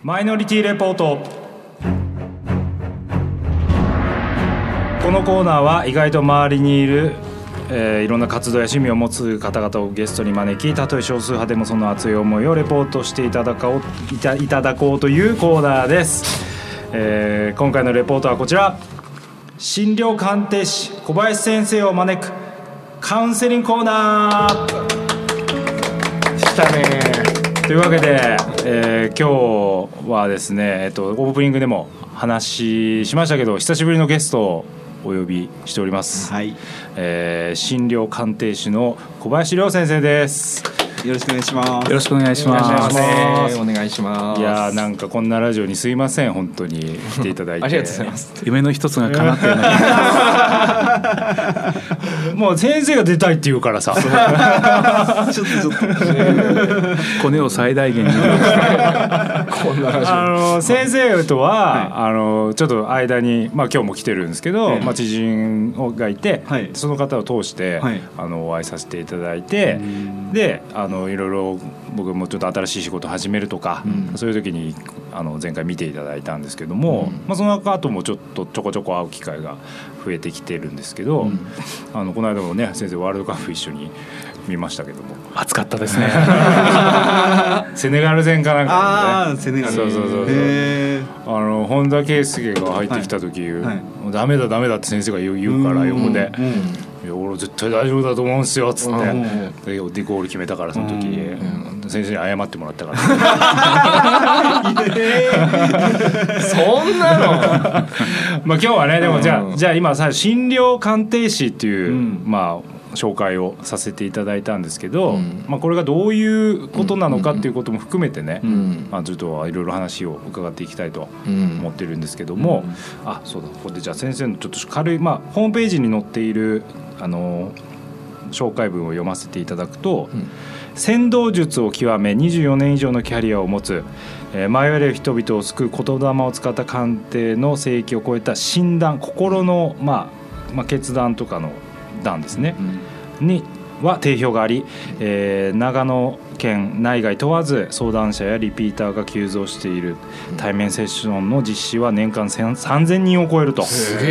マイノリティレポート。このコーナーは意外と周りにいる、いろんな活動や趣味を持つ方々をゲストに招き、たとえ少数派でもその熱い思いをレポートしていただこうというコーナーです。今回のレポートはこちら。診療鑑定士小林先生を招くカウンセリングコーナーしたね。というわけで、今日はですね、オープニングでも話しましたけど、久しぶりのゲストをお呼びしております、はい。診療鑑定士の小林亮先生です。 よろしくお願いします。 よろしくお願いします。 お願いします。 いや、なんかこんなラジオにすいません、本当に来ていただいてありがとうございます。 夢の一つが叶っていないもう先生が出たいって言うからさちょっとコネを最大限にこんなラジオ先生とは、はい、ちょっと間に、今日も来てるんですけど、知人がいて、はい、その方を通して、はい、お会いさせていただいて、でいろいろ僕もちょっと新しい仕事始めるとか、そういう時に前回見ていただいたんですけども、その後もちょっとちょこちょこ会う機会が増えてきてるんですけど、この間もね、先生ワールドカップ一緒に見ましたけども、 暑かったですねセネガル戦かなんか、 ね、セネガル、 そう本田圭佑が入ってきた時、はい、ダメだって先生が言うから横で、いや俺絶対大丈夫だと思うんすよっつって、でゴール決めたから、その時、先生に謝ってもらったからそんなの今日はね、でもじゃあ今さ、診療鑑定士っていう、紹介をさせていただいたんですけど、これがどういうことなのかっていうことも含めてね、ちょっといろいろ話を伺っていきたいと思ってるんですけども、そうだ、ここでじゃあ先生のちょっと軽い、ホームページに載っている紹介文を読ませていただくと、先導術を極め24年以上のキャリアを持つ、迷われる人々を救う言霊を使った鑑定の聖域を超えた診断、心の、決断とかの段ですね、には定評があり、長野県内外問わず相談者やリピーターが急増している。対面セッションの実施は年間3000人を超えると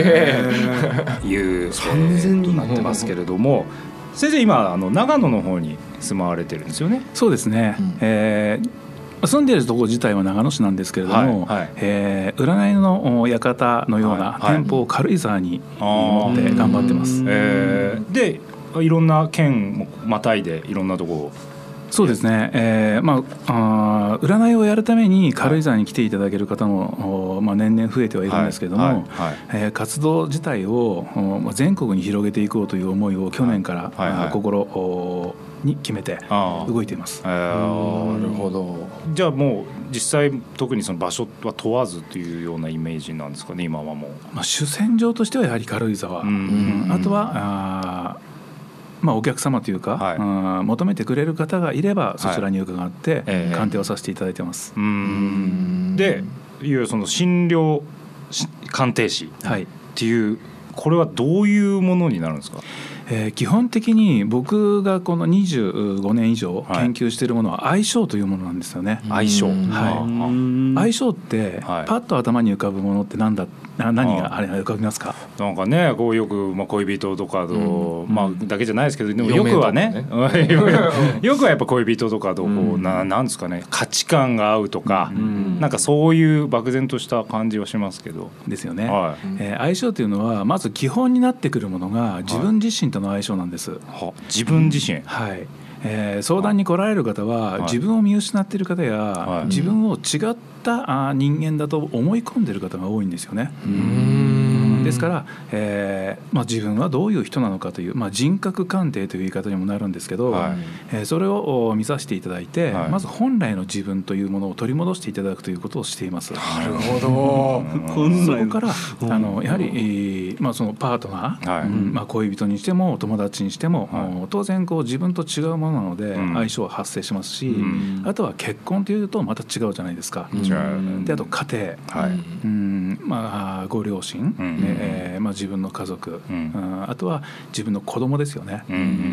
いう3000人になってますけれども、先生今長野の方に住まわれてるんですよね。 そうですね、住んでいるところ自体は長野市なんですけれども、占いの館のような店舗を軽井沢に持って頑張ってます。 でいろんな県もまたいでいろんなところ。 そうですね、占いをやるために軽井沢に来ていただける方も、年々増えてはいるんですけれども、活動自体を全国に広げていこうという思いを去年から心に決めて動いています。 なるほど。じゃあもう実際特にその場所は問わずというようなイメージなんですかね、今はもう。 主戦場としてはやはり軽井沢、あとはお客様というか、求めてくれる方がいればそちらに伺って鑑定をさせていただいてます。 でいうその診療鑑定士っていう、これはどういうものになるんですか？ 基本的に僕がこの25年以上研究しているものは相性というものなんですよね。 相性、 相性ってパッと頭に浮かぶものって何があれ浮かびますか？ なんかね、こうよく、恋人とかと、だけじゃないですけど、でもよくはねよくはやっぱ恋人とかとなんですかね、価値観が合うとか、なんかそういう漠然とした感じはしますけど。 ですよね。相性というのはまず基本になってくるものが自分自身との相性なんです。 自分自身、 相談に来られる方は自分を見失っている方や、自分を違った人間だと思い込んでいる方が多いんですよね。ですから、自分はどういう人なのかという、人格鑑定という言い方にもなるんですけど、それを見させていただいて、まず本来の自分というものを取り戻していただくということをしています。 なるほど。 そこからやはり、そのパートナー、恋人にしても友達にしても、当然自分と違うものなので相性は発生しますし、あとは結婚というとまた違うじゃないですか。であと家庭、ご両親、自分の家族、あとは自分の子供ですよね。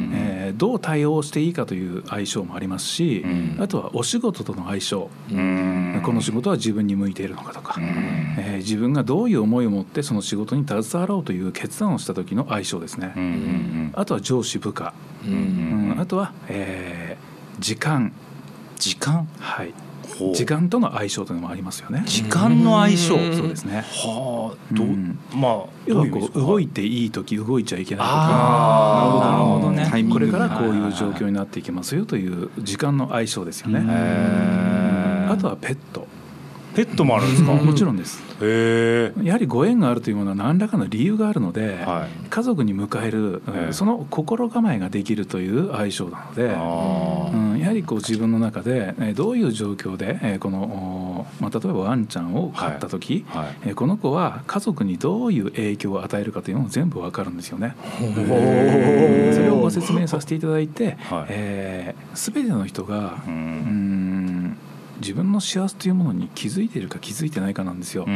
どう対応していいかという相性もありますし、あとはお仕事との相性、この仕事は自分に向いているのかとか、自分がどういう思いを持ってその仕事に携わろうという決断をした時の相性ですね。あとは上司部下、あとは、時間、はい、時間との相性というのもありますよね。 時間の相性、 そうですね。 はあ、まあ要はこう動いていい時、動いちゃいけない時、 なるほどね。 これからこういう状況になっていきますよという時間の相性ですよね。あとはペットもあるんですか？もちろんです。やはりご縁があるというものは何らかの理由があるので、家族に迎える、その心構えができるという相性なので、やはりこう自分の中でどういう状況でこの、例えばワンちゃんを飼った時、この子は家族にどういう影響を与えるかというのも全部わかるんですよね。それをご説明させていただいて、全ての人が自分の幸せというものに気づいているか気づいてないかなんですよ。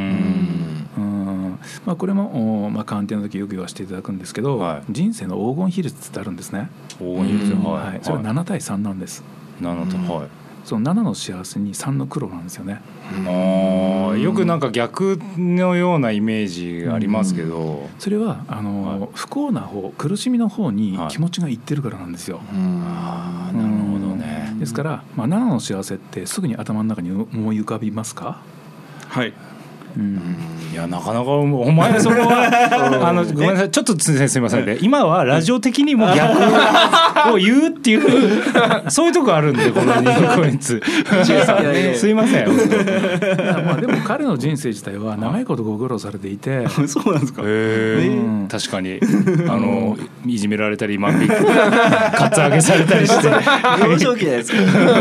これも、鑑定の時よく言わせていただくんですけど、人生の黄金比率ってあるんですね。黄金比率、それは7対3なんです。その7の幸せに3の苦労なんですよね。 よくなんか逆のようなイメージがありますけど、 それは不幸な方、苦しみの方に気持ちがいってるからなんですよ。 なるほどね。 ですから、7の幸せってすぐに頭の中に思い浮かびますか？ はい。 いやなかなかお前そこはごめんなさい、ちょっとすみませんね。今はラジオ的にも逆を言うっていうそういうとこあるんで、このこいつすいません。 でも彼の人生自体は長いことご苦労されていてそうなんですか。 確かにいじめられたりカツアゲされたりして幼少期ですか。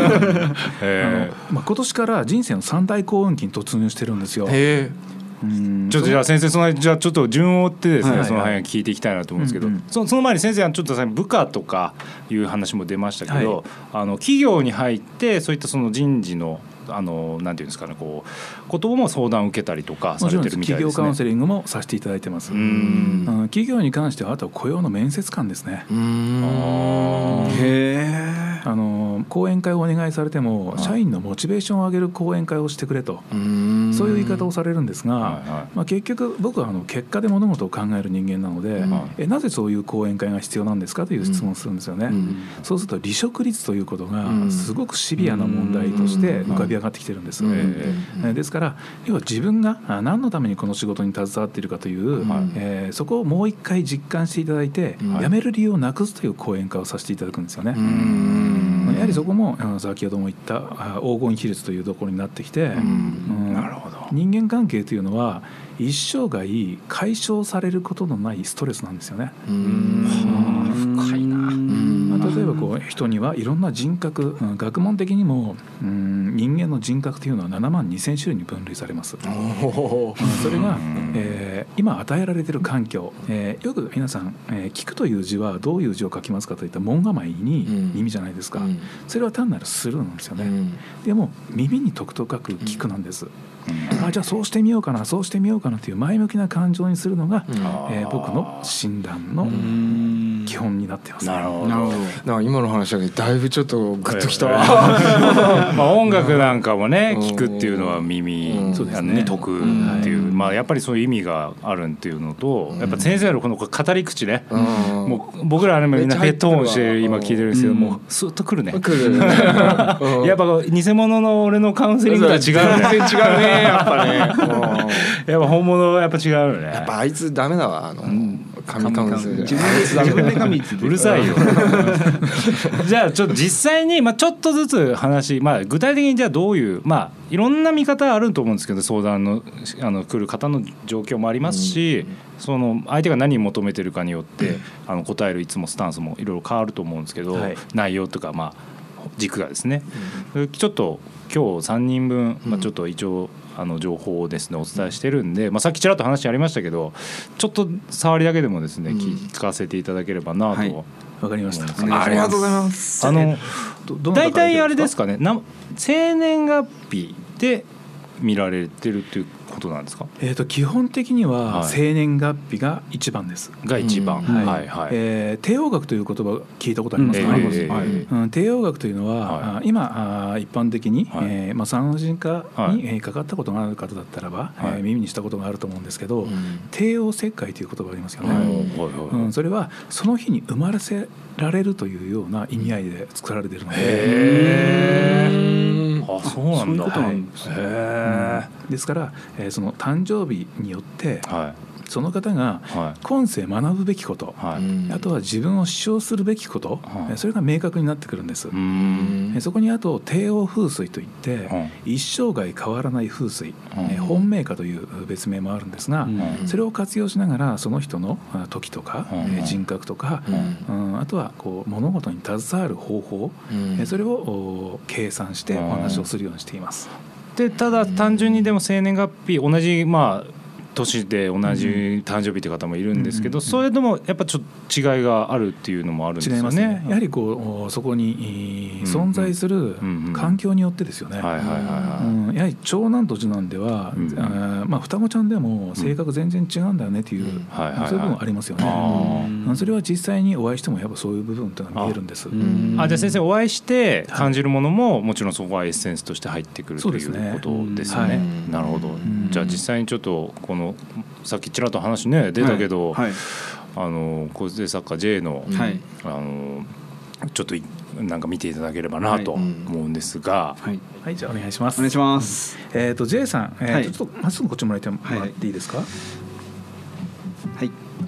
今年から人生の3大幸運期に突入してるんですよ。 ちょっとじゃあ先生、じゃあちょっと順を追ってですね、その辺聞いていきたいなと思うんですけど、その前に先生はちょっと部下とかいう話も出ましたけど、企業に入ってそういったその人事のなんていうんですかね、こうことも相談を受けたりとかされてるみたいですね。 企業カウンセリングもさせていただいてます。企業に関してはあとは雇用の面接官ですね。講演会をお願いされても社員のモチベーションを上げる講演会をしてくれと、そういう言い方をされるんですが、結局僕は結果で物事を考える人間なので、なぜそういう講演会が必要なんですかという質問をするんですよね。そうすると離職率ということがすごくシビアな問題として浮かび上がってきてるんです。ですから要は自分が何のためにこの仕事に携わっているかという、そこをもう一回実感していただいて、辞める理由をなくすという講演会をさせていただくんですよね。やはりそこも先ほども言った黄金比率というところになってきて、 なるほど。 人間関係というのは一生涯解消されることのないストレスなんですよね。 深いな。 例えば人にはいろんな人格、学問的にも人間の人格というのは7万2000種類に分類されます。それが、今与えられている環境、よく皆さん、聞くという字はどういう字を書きますかといった門構えに耳じゃないですか。それは単なるスルーなんですよね。でも耳にとくとかく聞くなんです。じゃあそうしてみようかな、そうしてみようかなという前向きな感情にするのが、僕の診断の基本になっています。 なるほど。なんか今の話だけだいぶちょっとグッときた。 音楽なんかもね、聞くっていうのは耳に解くっていう、やっぱりそういう意味があるっていうのと、やっぱ先生のこの語り口ね、もう僕らはみんなヘッドホンして今聞いてるんですけど、もうスッとくるね。やっぱ偽物の俺のカウンセリングとは違うね。 全然違うね。やっぱね、 やっぱ本物はやっぱ違うよね。 やっぱあいつダメだわ、神カウンセル。 自分で神ってうるさいよ。じゃあちょっと実際にちょっとずつ話、具体的にじゃあどういういろんな見方あると思うんですけど、相談の来る方の状況もありますし、その相手が何を求めてるかによって答えるいつもスタンスもいろいろ変わると思うんですけど、内容とか軸がですね、ちょっと今日3人分、ちょっと一応情報をですねお伝えしてるんで、さっきちらっと話ありましたけど、ちょっと触りだけでもですね、聞かせていただければなと。 わかりました。 ありがとうございます。 大体あれですかね、生年月日で見られてるっていうことなんですか？ 基本的には生年月日が一番です。 が一番。 はいはい。帝王学という言葉聞いたことありますかね？帝王学というのは、今一般的に産婦人科にかかったことがある方だったらば耳にしたことがあると思うんですけど、帝王切開という言葉がありますよね。それはその日に生まれせられるというような意味合いで作られているので。 あ、そうなんだ。 ですから、その誕生日によって、その方が今世学ぶべきこと、あとは自分を主張するべきこと、それが明確になってくるんです。そこにあと帝王風水といって、一生涯変わらない風水、本命化という別名もあるんですが、それを活用しながらその人の時とか、人格とか、あとはこう物事に携わる方法、それを計算してお話をするようにしています。 でただ単純にでも生年月日同じ年で同じ誕生日という方もいるんですけど、それでもやっぱちょっと違いがあるっていうのもあるんですよね。 違いますね。やはりこうそこに存在する環境によってですよね。やはり長男と次男では、双子ちゃんでも性格全然違うんだよねっていう、そういう部分ありますよね。それは実際にお会いしてもやっぱそういう部分っていうのが見えるんです。 じゃあ先生お会いして感じるものももちろんそこはエッセンスとして入ってくるということですよね。なるほど。じゃあ実際にちょっとこのさっきちらっと話ね出たけど、構成作家 J の、ちょっとなんか見ていただければなと思うんですが、 はい、じゃあお願いします。 お願いします。 J さん、ちょっとまっすぐこっちもらっていいですか？はい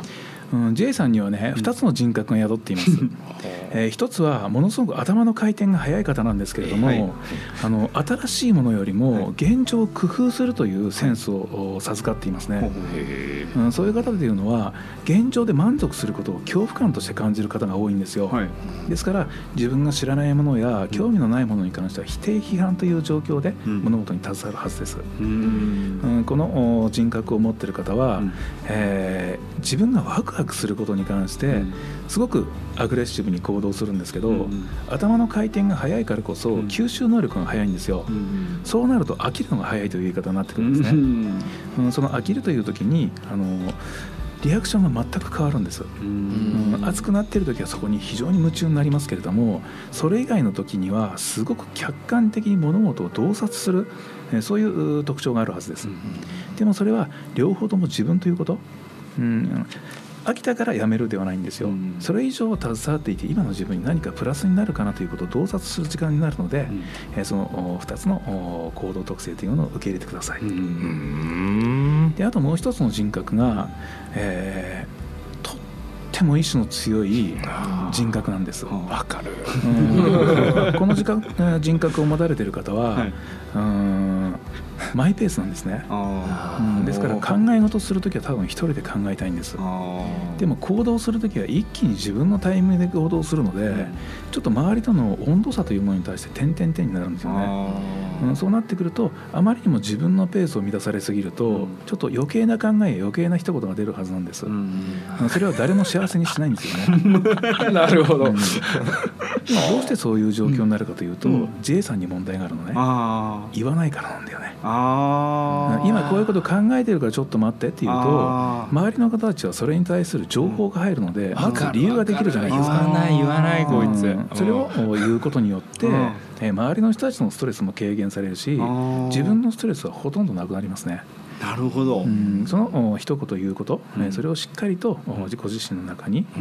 。J さんにはね2つの人格が宿っています。一つはものすごく頭の回転が速い方なんですけれども、新しいものよりも現状を工夫するというセンスを授かっていますね。そういう方というのは現状で満足することを恐怖感として感じる方が多いんですよ。ですから自分が知らないものや興味のないものに関しては否定批判という状況で物事に携わるはずです。この人格を持っている方は、自分がワクワクすることに関してすごくアグレッシブに行動するんですけど、頭の回転が速いからこそ吸収能力が速いんですよ。そうなると飽きるのが速いという言い方になってくるんですね。その飽きるという時にリアクションが全く変わるんです。熱くなっている時はそこに非常に夢中になりますけれども、それ以外の時にはすごく客観的に物事を洞察する、そういう特徴があるはずです。でもそれは両方とも自分ということ、飽きたからやめるではないんですよ。それ以上携わっていて今の自分に何かプラスになるかなということを洞察する時間になるので、その2つの行動特性というのを受け入れてください。であともう一つの人格が、とっても意志の強い人格なんです。 わかる。 この人格を持たれている方は、マイペースなんですね。ですから考え事するときは多分一人で考えたいんです。でも行動するときは一気に自分のタイミングで行動するので、ちょっと周りとの温度差というものに対して点々点になるんですよね。そうなってくるとあまりにも自分のペースを乱されすぎると、ちょっと余計な考え余計な一言が出るはずなんです。それは誰も幸せにしないんですよね。 なるほど。 どうしてそういう状況になるかというと、J さんに問題があるのね。言わないからなんだよね。今こういうこと考えてるからちょっと待ってっていうと、周りの方たちはそれに対する情報が入るので、まず理由ができるじゃないですか。 言わないこいつ。 それを言うことによって周りの人たちのストレスも軽減されるし、自分のストレスはほとんどなくなりますね。 なるほど。 その一言言うこと、それをしっかりとご自身の中に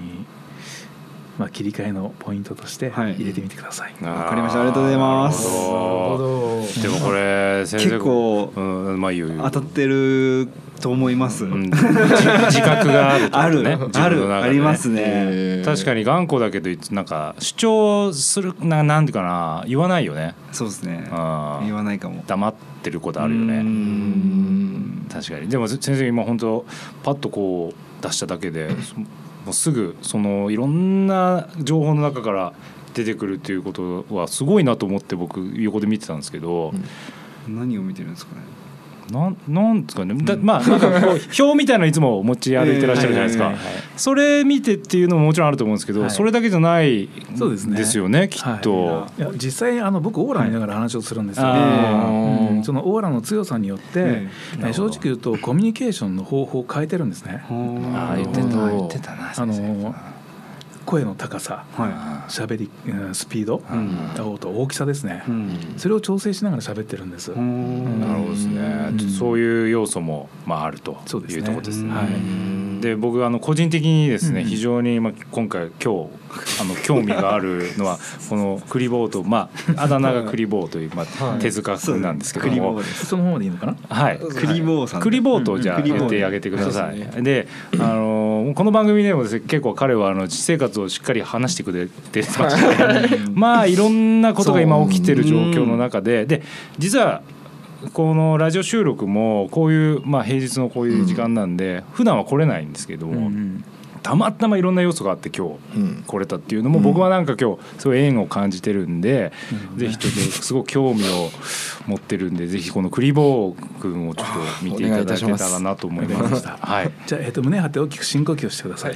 切り替えのポイントとして入れてみてください。 わかりました。ありがとうございます。 でもこれ先生結構当たってると思います。 自覚があるね。 ありますね。 確かに頑固だけどなんか主張するなんていうかな、言わないよね。 そうですね。言わないかも。 黙ってることあるよね。確かに。でも先生今本当パッとこう出しただけでもうすぐそのいろんな情報の中から出てくるっていうことはすごいなと思って僕横で見てたんですけど、 何を見てるんですかね。 なんですかね、まあなんかこう表みたいなのいつも持ち歩いてらっしゃるじゃないですか。それ見てっていうのももちろんあると思うんですけど、それだけじゃないですよね、きっと。 いや実際僕オーラ見ながら話をするんですよ。そのオーラの強さによって、正直言うとコミュニケーションの方法を変えてるんですね。 言ってたな。 声の高さ、喋りスピード、大きさですね、それを調整しながら喋ってるんです。 なるほどですね。そういう要素もあるというところですね。で僕個人的にですね、非常に今回興味があるのはこのクリボーと、あだ名がクリボーという手塚君なんですけども、 その方でいいのかな。 はい、クリボーさん、 クリボーとじゃあ言ってあげてください。でこの番組でもですね、結構彼は実生活をしっかり話してくれてましていろんなことが今起きてる状況の中で実はこのラジオ収録もこういう平日のこういう時間なんで普段は来れないんですけども、たまたまいろんな要素があって今日来れたっていうのも、僕はなんか今日そういう縁を感じてるんで、ぜひちょっとすごく興味を持ってるんで、ぜひこのクリボー君をちょっと見ていただけたらなと思いました。 じゃあ胸張って大きく深呼吸をしてください。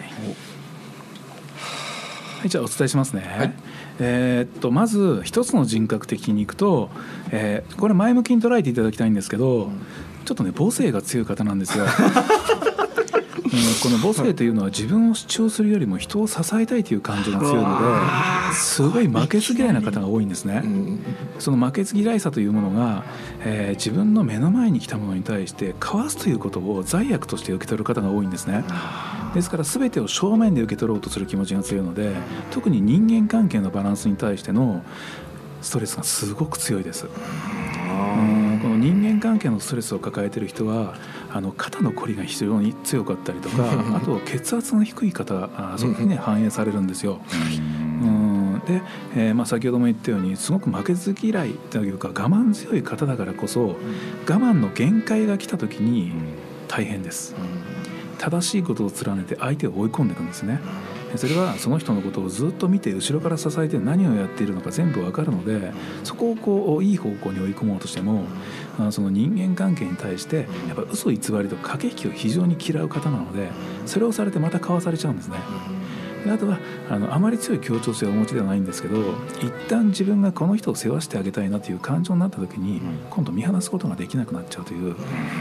じゃあお伝えしますね。まず一つの人格的にいくと、これ前向きに捉えていただきたいんですけど、ちょっとね母性が強い方なんですよ。この母性というのは自分を主張するよりも人を支えたいという感情が強いので、すごい負けず嫌いな方が多いんですね。その負けず嫌いさというものが、自分の目の前に来たものに対してかわすということを罪悪として受け取る方が多いんですね。ですから全てを正面で受け取ろうとする気持ちが強いので、特に人間関係のバランスに対してのストレスがすごく強いです。この人間関係のストレスを抱えている人は肩のこりが非常に強かったりとかあと血圧の低い方、そこにね反映されるんですよ。で、先ほども言ったようにすごく負けず嫌いというか我慢強い方だからこそ、我慢の限界が来た時に大変です。正しいことを連ねて相手を追い込んでいくんですね。それはその人のことをずっと見て後ろから支えて何をやっているのか全部わかるので、そこをいい方向に追い込もうとしても、その人間関係に対してやっぱ嘘偽りと駆け引きを非常に嫌う方なので、それをされてまたかわされちゃうんですね。であとはあまり強い協調性をお持ちではないんですけど、一旦自分がこの人を世話してあげたいなという感情になった時に今度見放すことができなくなっちゃうという、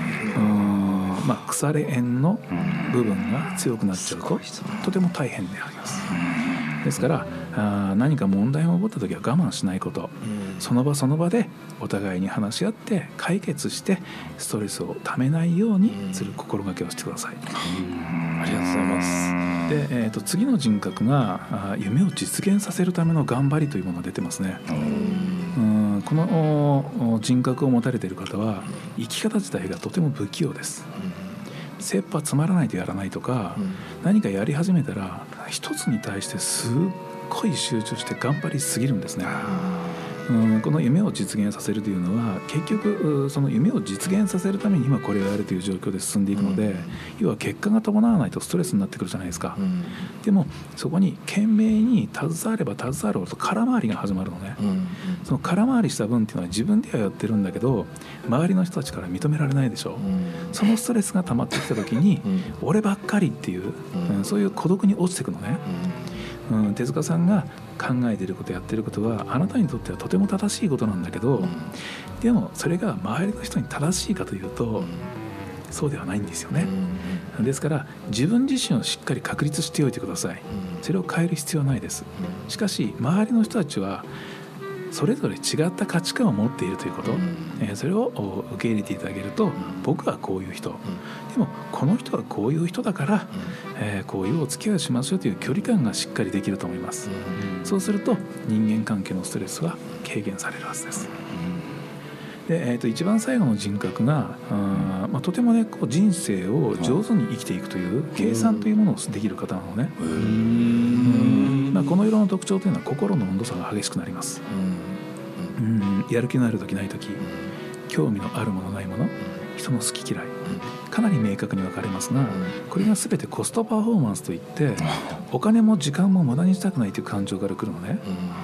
腐れ縁の部分が強くなっちゃうととても大変であります。ですから何か問題が起こった時は我慢しないこと、その場その場でお互いに話し合って解決してストレスをためないようにする心がけをしてください。 ありがとうございます。 で、次の人格が夢を実現させるための頑張りというものが出てますね。この人格を持たれている方は生き方自体がとても不器用です。切羽詰まらないとやらないとか、何かやり始めたら一つに対してすっごい集中して頑張りすぎるんですね。この夢を実現させるというのは結局その夢を実現させるために今これをやるという状況で進んでいくので、要は結果が伴わないとストレスになってくるじゃないですか。でもそこに懸命に携われば携わるほど空回りが始まるのね。その空回りした分っていうのは自分ではやってるんだけど周りの人たちから認められないでしょ。そのストレスが溜まってきた時に俺ばっかりっていう、そういう孤独に落ちてくのね。手塚さんが考えていることやってることはあなたにとってはとても正しいことなんだけど、でもそれが周りの人に正しいかというと、そうではないんですよね。ですから自分自身をしっかり確立しておいてください。それを変える必要はないです。しかし周りの人たちはそれぞれ違った価値観を持っているということ、それを受け入れていただけると、僕はこういう人、でもこの人はこういう人だから、こういうお付き合いをしましょうという距離感がしっかりできると思います。そうすると人間関係のストレスは軽減されるはずです。で、一番最後の人格がとてもね人生を上手に生きていくという計算というものをできる方なのね。この色の特徴というのは心の温度差が激しくなります。やる気のある時ない時、興味のあるものないもの、人の好き嫌い、かなり明確に分かれますが、これが全てコストパフォーマンスといって、お金も時間も無駄にしたくないという感情から来るのね。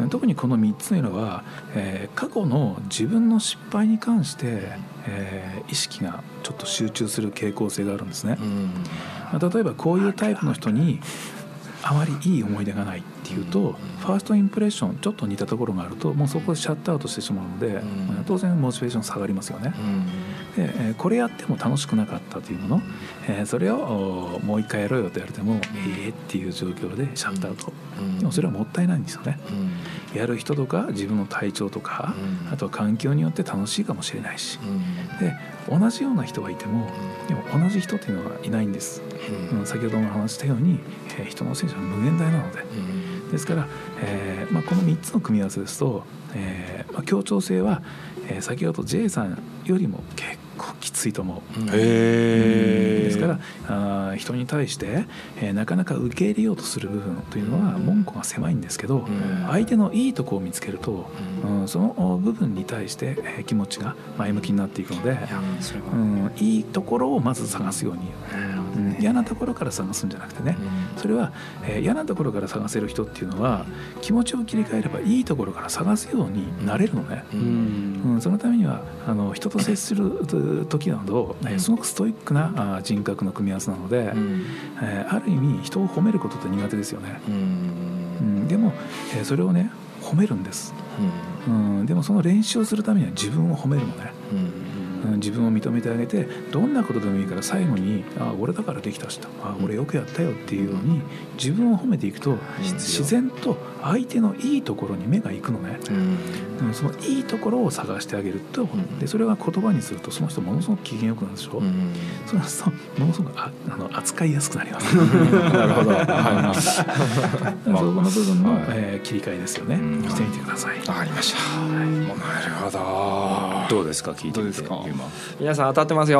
特にこの3つの色は、過去の自分の失敗に関して、意識がちょっと集中する傾向性があるんですね。例えばこういうタイプの人にあまりいい思い出がないっていうと、ファーストインプレッションちょっと似たところがあるともうそこでシャットアウトしてしまうので、当然モチベーション下がりますよね。でこれやっても楽しくなかったというもの、それをもう一回やろうよと言われてもっていう状況でシャットアウト、でもそれはもったいないんですよね。やる人とか自分の体調とか、あとは環境によって楽しいかもしれないし、で同じような人はいてもでも同じ人っていうのはいないんです。先ほども話したように、人の選手は無限大なので、ですから、この3つの組み合わせですと、協調性は、先ほど J さんよりも結構きついと思う。ですから人に対して、なかなか受け入れようとする部分というのは門戸が狭いんですけど、相手のいいところを見つけると、その部分に対して、気持ちが前向きになっていくので、いいところをまず探すように、嫌なところから探すんじゃなくてね、それは、嫌なところから探せる人っていうのは気持ちを切り替えればいいところから探すようになれるのね。そのためには人と接する時などすごくストイックな人格の組み合わせなので、ある意味人を褒めることって苦手ですよね。でも、それをね褒めるんです。でもその練習をするためには自分を褒めるのね。自分を認めてあげて、どんなことでもいいから最後に俺だからできたしと、俺よくやったよっていうように自分を褒めていくと、自然と相手のいいところに目がいくのね。そのいいところを探してあげると、でそれが言葉にするとその人ものすごく機嫌よくなるでしょ。そうするとものすごく扱いやすくなります。なるほど。そこの部分の、切り替えですよね。してみてください。 わかりました。なるほど。 どうですか、聞いてみて。 皆さん当たってますよ。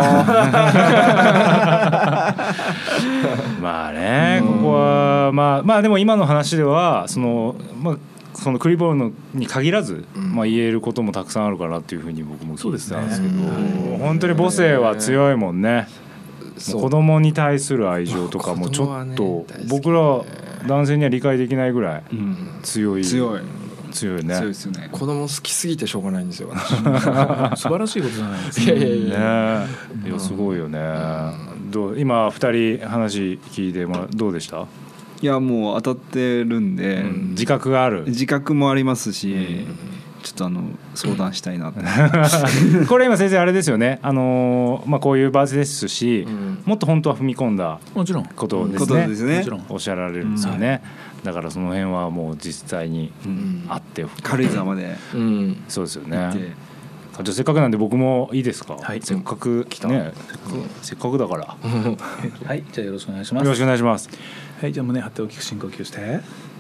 まあね、ここはまあでも今の話ではそのクリボールに限らず、言えることもたくさんあるかなっていうふうに僕も聞いてたんですけど、本当に母性は強いもんね。子供に対する愛情とかもちょっと僕ら男性には理解できないぐらい強い。強いね。 そうですよね。 子供好きすぎてしょうがないんですよ。 素晴らしいことじゃないですか。 いやすごいよね。今2人話聞いてどうでした？ いやもう当たってるんで、 自覚がある。 自覚もありますし、ちょっと相談したいなってこれ今先生あれですよね。こういう場ですし、もっと本当は踏み込んだことですね。おっしゃられるんですよね。だからその辺はもう実際にあって、 軽井沢まで、 そうですよね。じゃあせっかくなんで僕もいいですか？せっかくね、せっかくだから。 はい、じゃあよろしくお願いします。 よろしくお願いします。 はい、じゃあ胸張って大きく深呼吸して。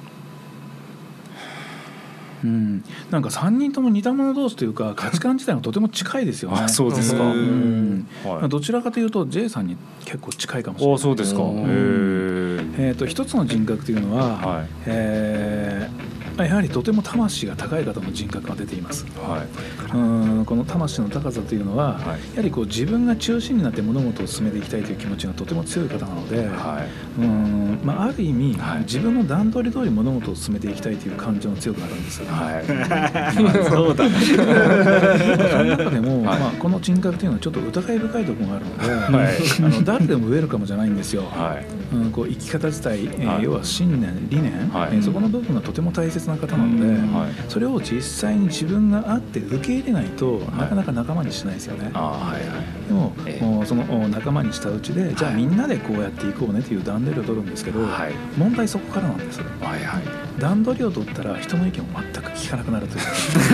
なんか3人とも似た者同士というか価値観自体がとても近いですよね。 そうですか。 どちらかというと J さんに結構近いかもしれない。 そうですか。 一つの人格というのは、やはりとても魂が高い方の人格が出ています。この魂の高さというのは、やはり自分が中心になって物事を進めていきたいという気持ちがとても強い方なので、ある意味、自分の段取り通り物事を進めていきたいという感情が強くなるんですよ。 そうだね。 その中でも、この人格というのはちょっと疑い深いところがあるので、誰でもウェルカムじゃないんですよ。生き方自体、要は信念、理念、そこの部分がとても大切な方なので、それを実際に自分があって受け入れないと、なかなか仲間にしないですよね。でも、その仲間にしたうちで、じゃあみんなでこうやっていこうねという段取りを取るんですけど、問題そこからなんです。段取りを取ったら人の意見を全く聞かなくなるという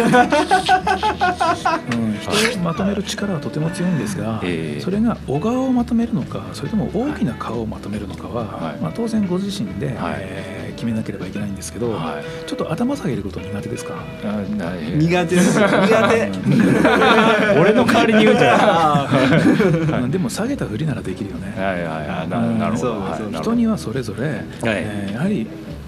人をまとめる力はとても強いんですが、それが小川をまとめるのか、それとも大きな川をまとめるのかは、当然ご自身で、決めなければいけないんですけど、ちょっと頭下げること苦手ですか？ 苦手です。苦手。 俺の代わりに言うんじゃない。でも下げたふりならできるよね。 なるほど。 人にはそれぞれ、やはり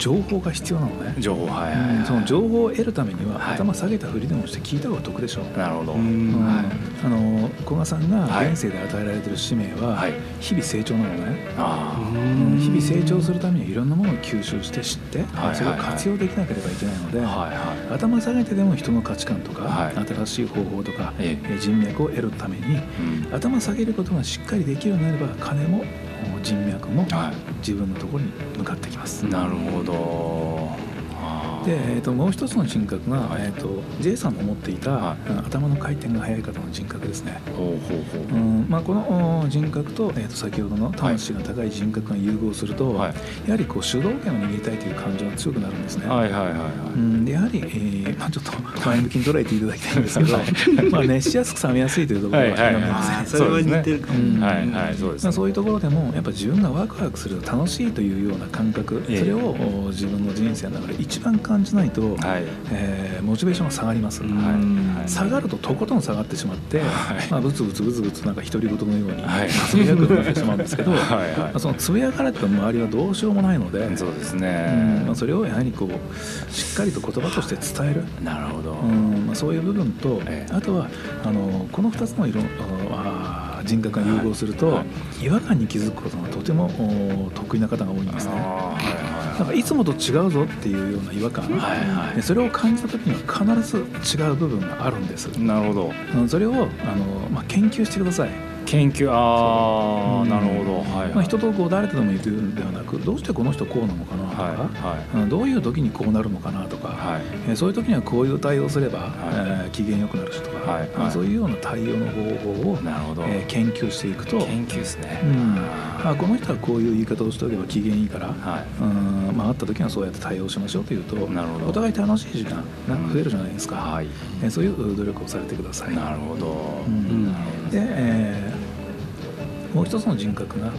情報が必要なのね。 情報、 その情報を得るためには、頭下げたふりでもして聞いた方が得でしょ。 なるほど。 古賀さんが現世で与えられている使命は日々成長なのね。日々成長するためにいろんなものを吸収して知って、それを活用できなければいけないので、頭下げてでも人の価値観とか、新しい方法とか、人脈を得るために、頭下げることがしっかりできるようになれば、金も人脈も自分のところに向かってきます。 なるほど。 で、もう一つの人格が、J さんの持っていた、頭の回転が速い方の人格ですね。この人格と、先ほどの魂が高い人格が融合すると、やはりこう主導権を握りたいという感情が強くなるんですね。でやはり、ちょっと前向きに捉えていただきたいんですけど熱しやすく冷めやすいというところがありますね。 それは似てるかも。 そういうところでもやっぱ自分がワクワクする楽しいというような感覚、それを自分の人生の中で一番感じないと、モチベーションが下がります。下がるととことん下がってしまって、ブツブツなんか独り言のようにつぶやくようになってしまうんですけど、そのつぶやかれた周りはどうしようもないので、 そうですね。 それをやはりこうしっかりと言葉として伝える。 なるほど。 そういう部分と、あとはこの2つの人格が融合すると、違和感に気づくことがとても得意な方が多いんですね。だからいつもと違うぞっていうような違和感、それを感じた時には必ず違う部分があるんです。 なるほど。 それを研究してください。 研究、なるほど。 人とこう誰とでも言うのではなく、どうしてこの人こうなのかなとか、どういう時にこうなるのかなとか、そういう時にはこういう対応すれば機嫌よくなるしとか、そういうような対応の方法を研究していくと、 研究ですね。 この人はこういう言い方をしておけば機嫌いいから、会った時はそうやって対応しましょうというと、お互い楽しい時間が増えるじゃないですか。そういう努力をされてください。 なるほど。 で、もう一つの人格が、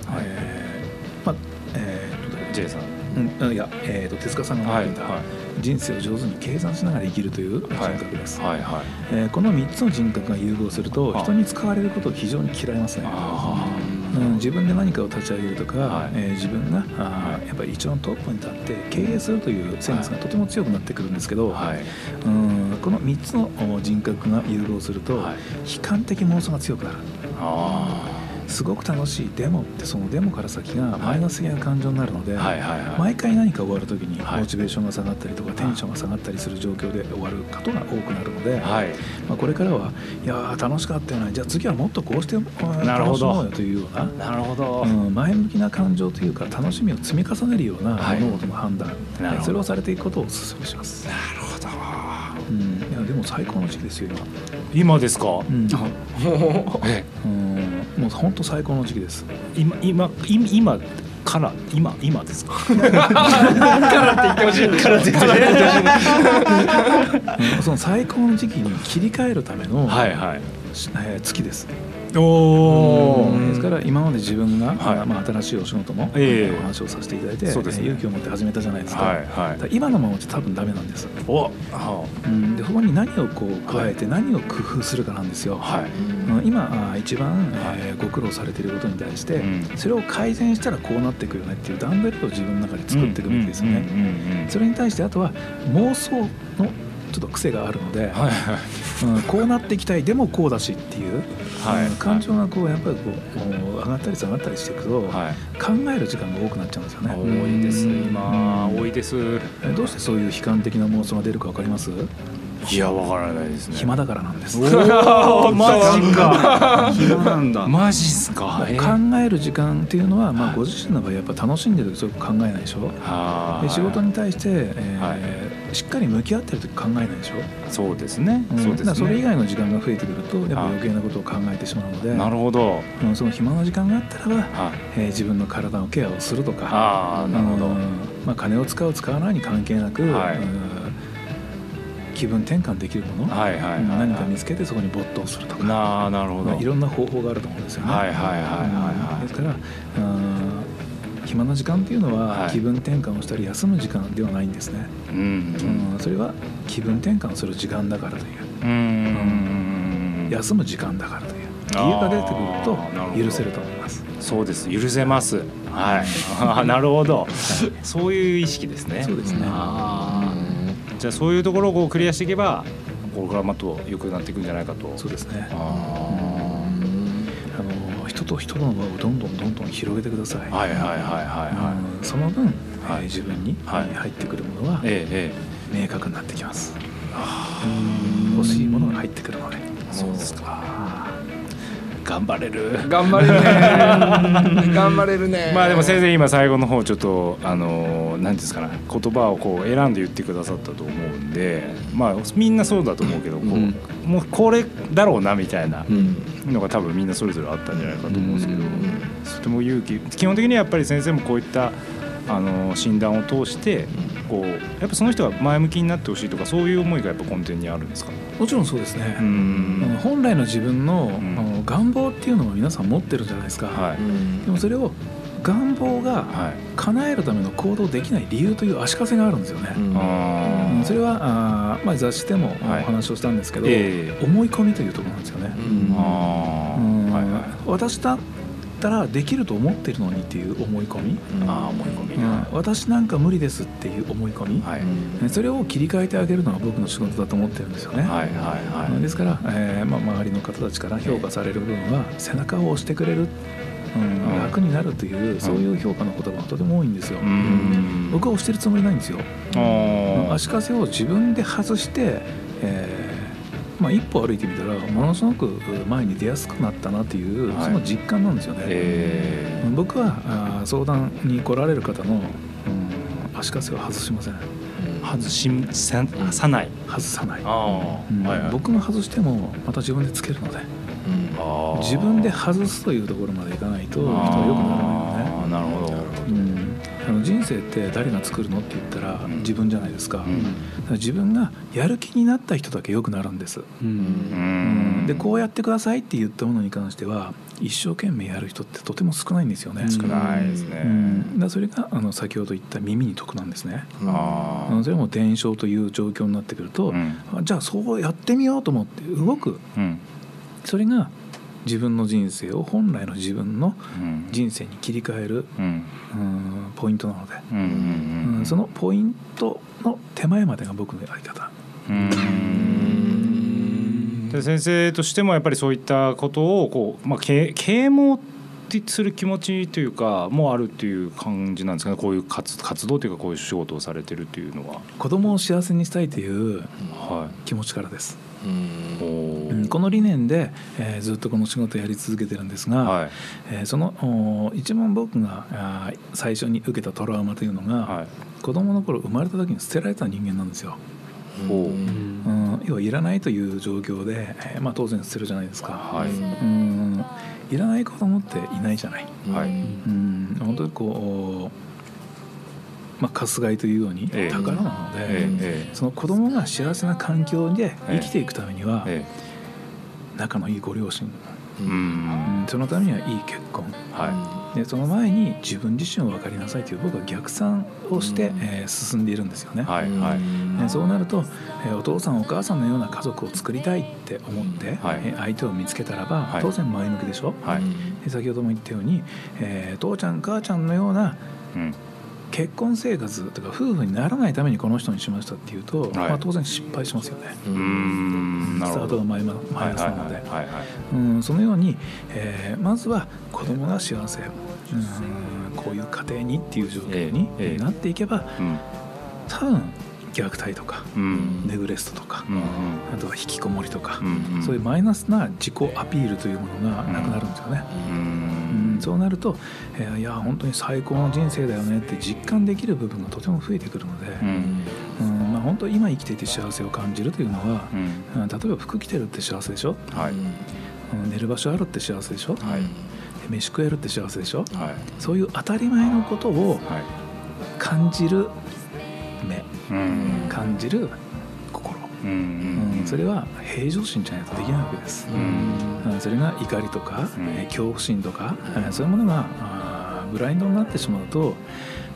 J さん、いや、手塚さんが持っていた人生を上手に計算しながら生きるという人格です。この3つの人格が融合すると、人に使われることを非常に嫌いますね。自分で何かを立ち上げるとか、自分がやっぱり一番トップに立って経営するというセンスがとても強くなってくるんですけど、この3つの人格が融合すると、悲観的妄想が強くなる。すごく楽しい。でもってそのでもから先がマイナス的な感情になるので、毎回何か終わる時にモチベーションが下がったりとか、テンションが下がったりする状況で終わることが多くなるので、これからはいや楽しかったよな、じゃあ次はもっとこうして楽しもうよというような、前向きな感情というか楽しみを積み重ねるような物事の判断、それをされていくことをお勧めします。 なるほど。 いやでも最高の時期ですよ今ですか。 もう本当最高の時期です。 今から今ですか。からって言ってほしい。からって言ってほしい。 その最高の時期に切り替えるための月です。ですから今まで自分が、新しいお仕事も、お話をさせていただいて、勇気を持って始めたじゃないですか。今のままじゃ多分ダメなんです。でそこに何をこう加えて何を工夫するかなんですよ。今一番、ご苦労されていることに対して、それを改善したらこうなっていくよねっていう段取りを自分の中で作っていくべきですよね。それに対してあとは妄想のちょっと癖があるので、こうなっていきたい、でもこうだしっていう、感情がこうやっぱりこう上がったり下がったりしていくと、考える時間が多くなっちゃうんですよね。 多いです。今多いです。 どうしてそういう悲観的な妄想が出るか分かります？ いや、わからないですね。 暇だからなんです。 マジか。 暇なんだ。 マジっすか。 考える時間っていうのは、ご自身の場合やっぱ楽しんでる時そういうこと考えないでしょ。で仕事に対して、しっかり向き合ってる時考えないでしょ。 そうですね。 それ以外の時間が増えてくるとやっぱ余計なことを考えてしまうので。 なるほど。 その暇な時間があったらば、自分の体のケアをするとか、 なるほど。 金を使う使わないに関係なく、気分転換できるもの、何か見つけてそこに没頭するとか、 なるほど。 いろんな方法があると思うんですよね。ですから暇な時間っていうのは気分転換をしたり休む時間ではないんですね。それは気分転換をする時間だからという、休む時間だからという理由が出てくると許せると思います。 そうです、許せます、はい、なるほど、そういう意識ですね。 そうですね。 じゃあそういうところをこうクリアしていけばこれからもっと良くなっていくんじゃないかと。 そうですね。人と人との輪をどんどん広げてください。 はいはいはいはい、 その分、自分に入ってくるものは明確になってきます。欲しいものが入ってくるので。 そうですか。頑張れるね頑張れるね。まあでも先生今最後の方ちょっと何ですかね、言葉をこう選んで言ってくださったと思うんで、まあみんなそうだと思うけど、もうこれだろうなみたいなのが多分みんなそれぞれあったんじゃないかと思うんですけど、とても勇気、基本的にはやっぱり先生もこういった診断を通してこうやっぱその人が前向きになってほしいとか、そういう思いがやっぱ根底にあるんですか？ もちろんそうですね。本来の自分の願望っていうのは皆さん持ってるじゃないですか、でもそれを願望が叶えるための行動できない理由という足かせがあるんですよね。それは雑誌でもお話をしたんですけど、思い込みというところなんですよね。私だったらできると思ってるのにっていう思い込み、私なんか無理ですっていう思い込み、それを切り替えてあげるのが僕の仕事だと思ってるんですよね。ですから、周りの方たちから評価される分は背中を押してくれる、楽になるというそういう評価の言葉がとても多いんですよ。僕は押してるつもりないんですよ。足かせを自分で外して、一歩歩いてみたらものすごく前に出やすくなったなという、その実感なんですよね。僕は相談に来られる方の、足かせを外しません。外さない。僕が外してもまた自分でつけるので、自分で外すというところまでいかないと人は良くならないよね。なるほど。人生って誰が作るのって言ったら自分じゃないですか。自分がやる気になった人だけ良くなるんです。でこうやってくださいって言ったものに関しては一生懸命やる人ってとても少ないんですよね。 少ないですね。 だそれが先ほど言った耳に得なんですね。それも伝承という状況になってくると、じゃあそうやってみようと思って動く、それが自分の人生を本来の自分の人生に切り替える、ポイントなので、そのポイントの手前までが僕のやり方。 で先生としてもやっぱりそういったことをこう、啓蒙する気持ちというかもあるっていう感じなんですかね。こういう活動というかこういう仕事をされてるっていうのは子供を幸せにしたいという気持ちからです。この理念で、ずっとこの仕事をやり続けてるんですが、その一番僕が最初に受けたトラウマというのが、子供の頃生まれた時に捨てられた人間なんですよ。要はいらないという状況で、当然捨てるじゃないですか。いらない子供っていないじゃない。本当にこうかすがいというように宝なので、その子供が幸せな環境で生きていくためには、仲のいいご両親、そのためにはいい結婚、でその前に自分自身を分かりなさいという僕は逆算をして、進んでいるんですよね。そうなると、お父さんお母さんのような家族を作りたいって思って、相手を見つけたらば、当然前向きでしょ。で先ほども言ったように、父ちゃん母ちゃんのような、結婚生活とか夫婦にならないためにこの人にしましたっていうと、当然失敗しますよね。スタートがマイナスなので、そのように、まずは子供が幸せ、こういう家庭にっていう状況になっていけば、多分虐待とか、ネグレストとか、あとは引きこもりとか、そういうマイナスな自己アピールというものがなくなるんですよね。そうなると、いや本当に最高の人生だよねって実感できる部分がとても増えてくるので、本当今生きていて幸せを感じるというのは、例えば服着てるって幸せでしょ、寝る場所あるって幸せでしょ、飯食えるって幸せでしょ、そういう当たり前のことを感じる目、感じる心、それは平常心じゃないとできないわけです。それが怒りとか、恐怖心とか、そういうものがブラインドになってしまうと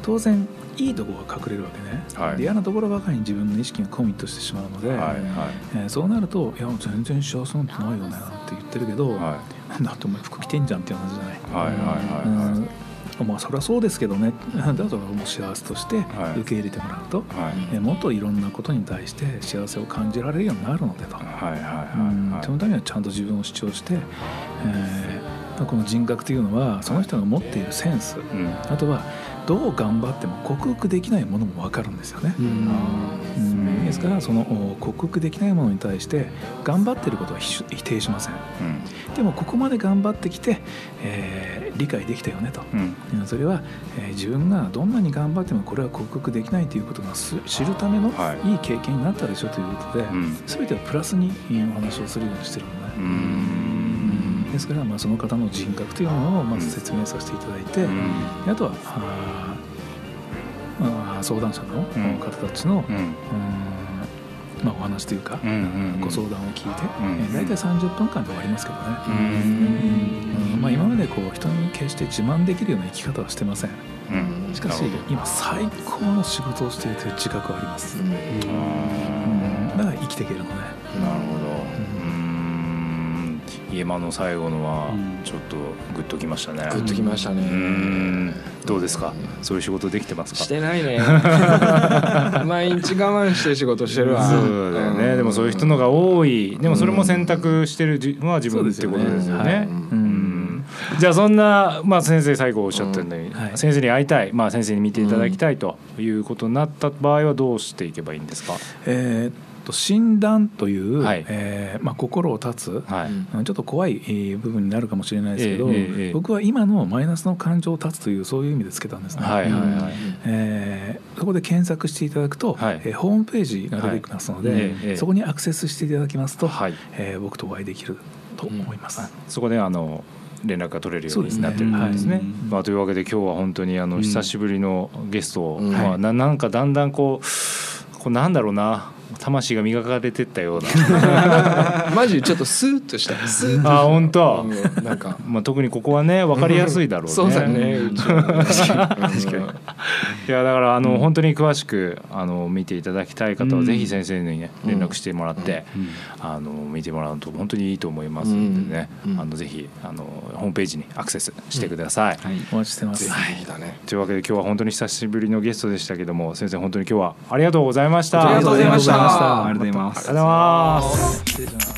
当然いいところが隠れるわけね、はい、嫌なところばかりに自分の意識がコミットしてしまうので、はいはいそうなるといや全然幸せなんてないよねなんて言ってるけど、はい、だってお前服着てんじゃんっていう話じゃない、はいはいはいまあそりゃそうですけどねだからもう幸せとして受け入れてもらうと、はい、もっといろんなことに対して幸せを感じられるようになるのでと、はいはいはいはい、そのためにはちゃんと自分を主張して、この人格というのはその人が持っているセンス、あとはどう頑張っても克服できないものも分かるんですよね。ですからその克服できないものに対して頑張っていることは否定しません、でもここまで頑張ってきて、理解できたよねと、それは、自分がどんなに頑張ってもこれは克服できないということが知るためのいい経験になったでしょということで、全てをプラスにお話をするようにしてるのね。ですからその方の人格というものをまず説明させていただいて、あとは相談者の方たちの、お話というか、ご相談を聞いて、大体30分間で終わりますけどね。今まで人に決して自慢できるような生き方はしてません。しかし今最高の仕事をしているという自覚はあります。だから生きていけるのね。 なるほど。今の最後のはちょっとグッときましたね。 グッときましたね。 どうですか、そういう仕事できてますか？ してないね毎日我慢して仕事してるわ。 そうだよね、でもそういう人のが多い。でもそれも選択してるのは自分ってことですよね。じゃあそんな、先生最後おっしゃったように、先生に会いたい、先生に見ていただきたいということになった場合はどうしていけばいいんですか？ 診断という、心を断つ、ちょっと怖い部分になるかもしれないですけど、僕は今のマイナスの感情を断つというそういう意味でつけたんですね。そこで検索していただくと、ホームページが出てきますので、そこにアクセスしていただきますと、僕とお会いできると思います。 そこで連絡が取れるようになってるんですね。というわけで今日は本当に久しぶりのゲストを、なんかだんだんなんだろうな、魂が磨かれてったようなマジちょっとスーッとした本当、なんか特にここはね分かりやすいだろうね。 そうだね確かに。いやだから本当に詳しく見ていただきたい方はぜひ先生にね連絡してもらって見てもらうと本当にいいと思いますのでね、ぜひホームページにアクセスしてください。 お待ちしてます。 というわけで今日は本当に久しぶりのゲストでしたけども、先生本当に今日はありがとうございました。 ありがとうございました。 ありがとうございます。 失礼します。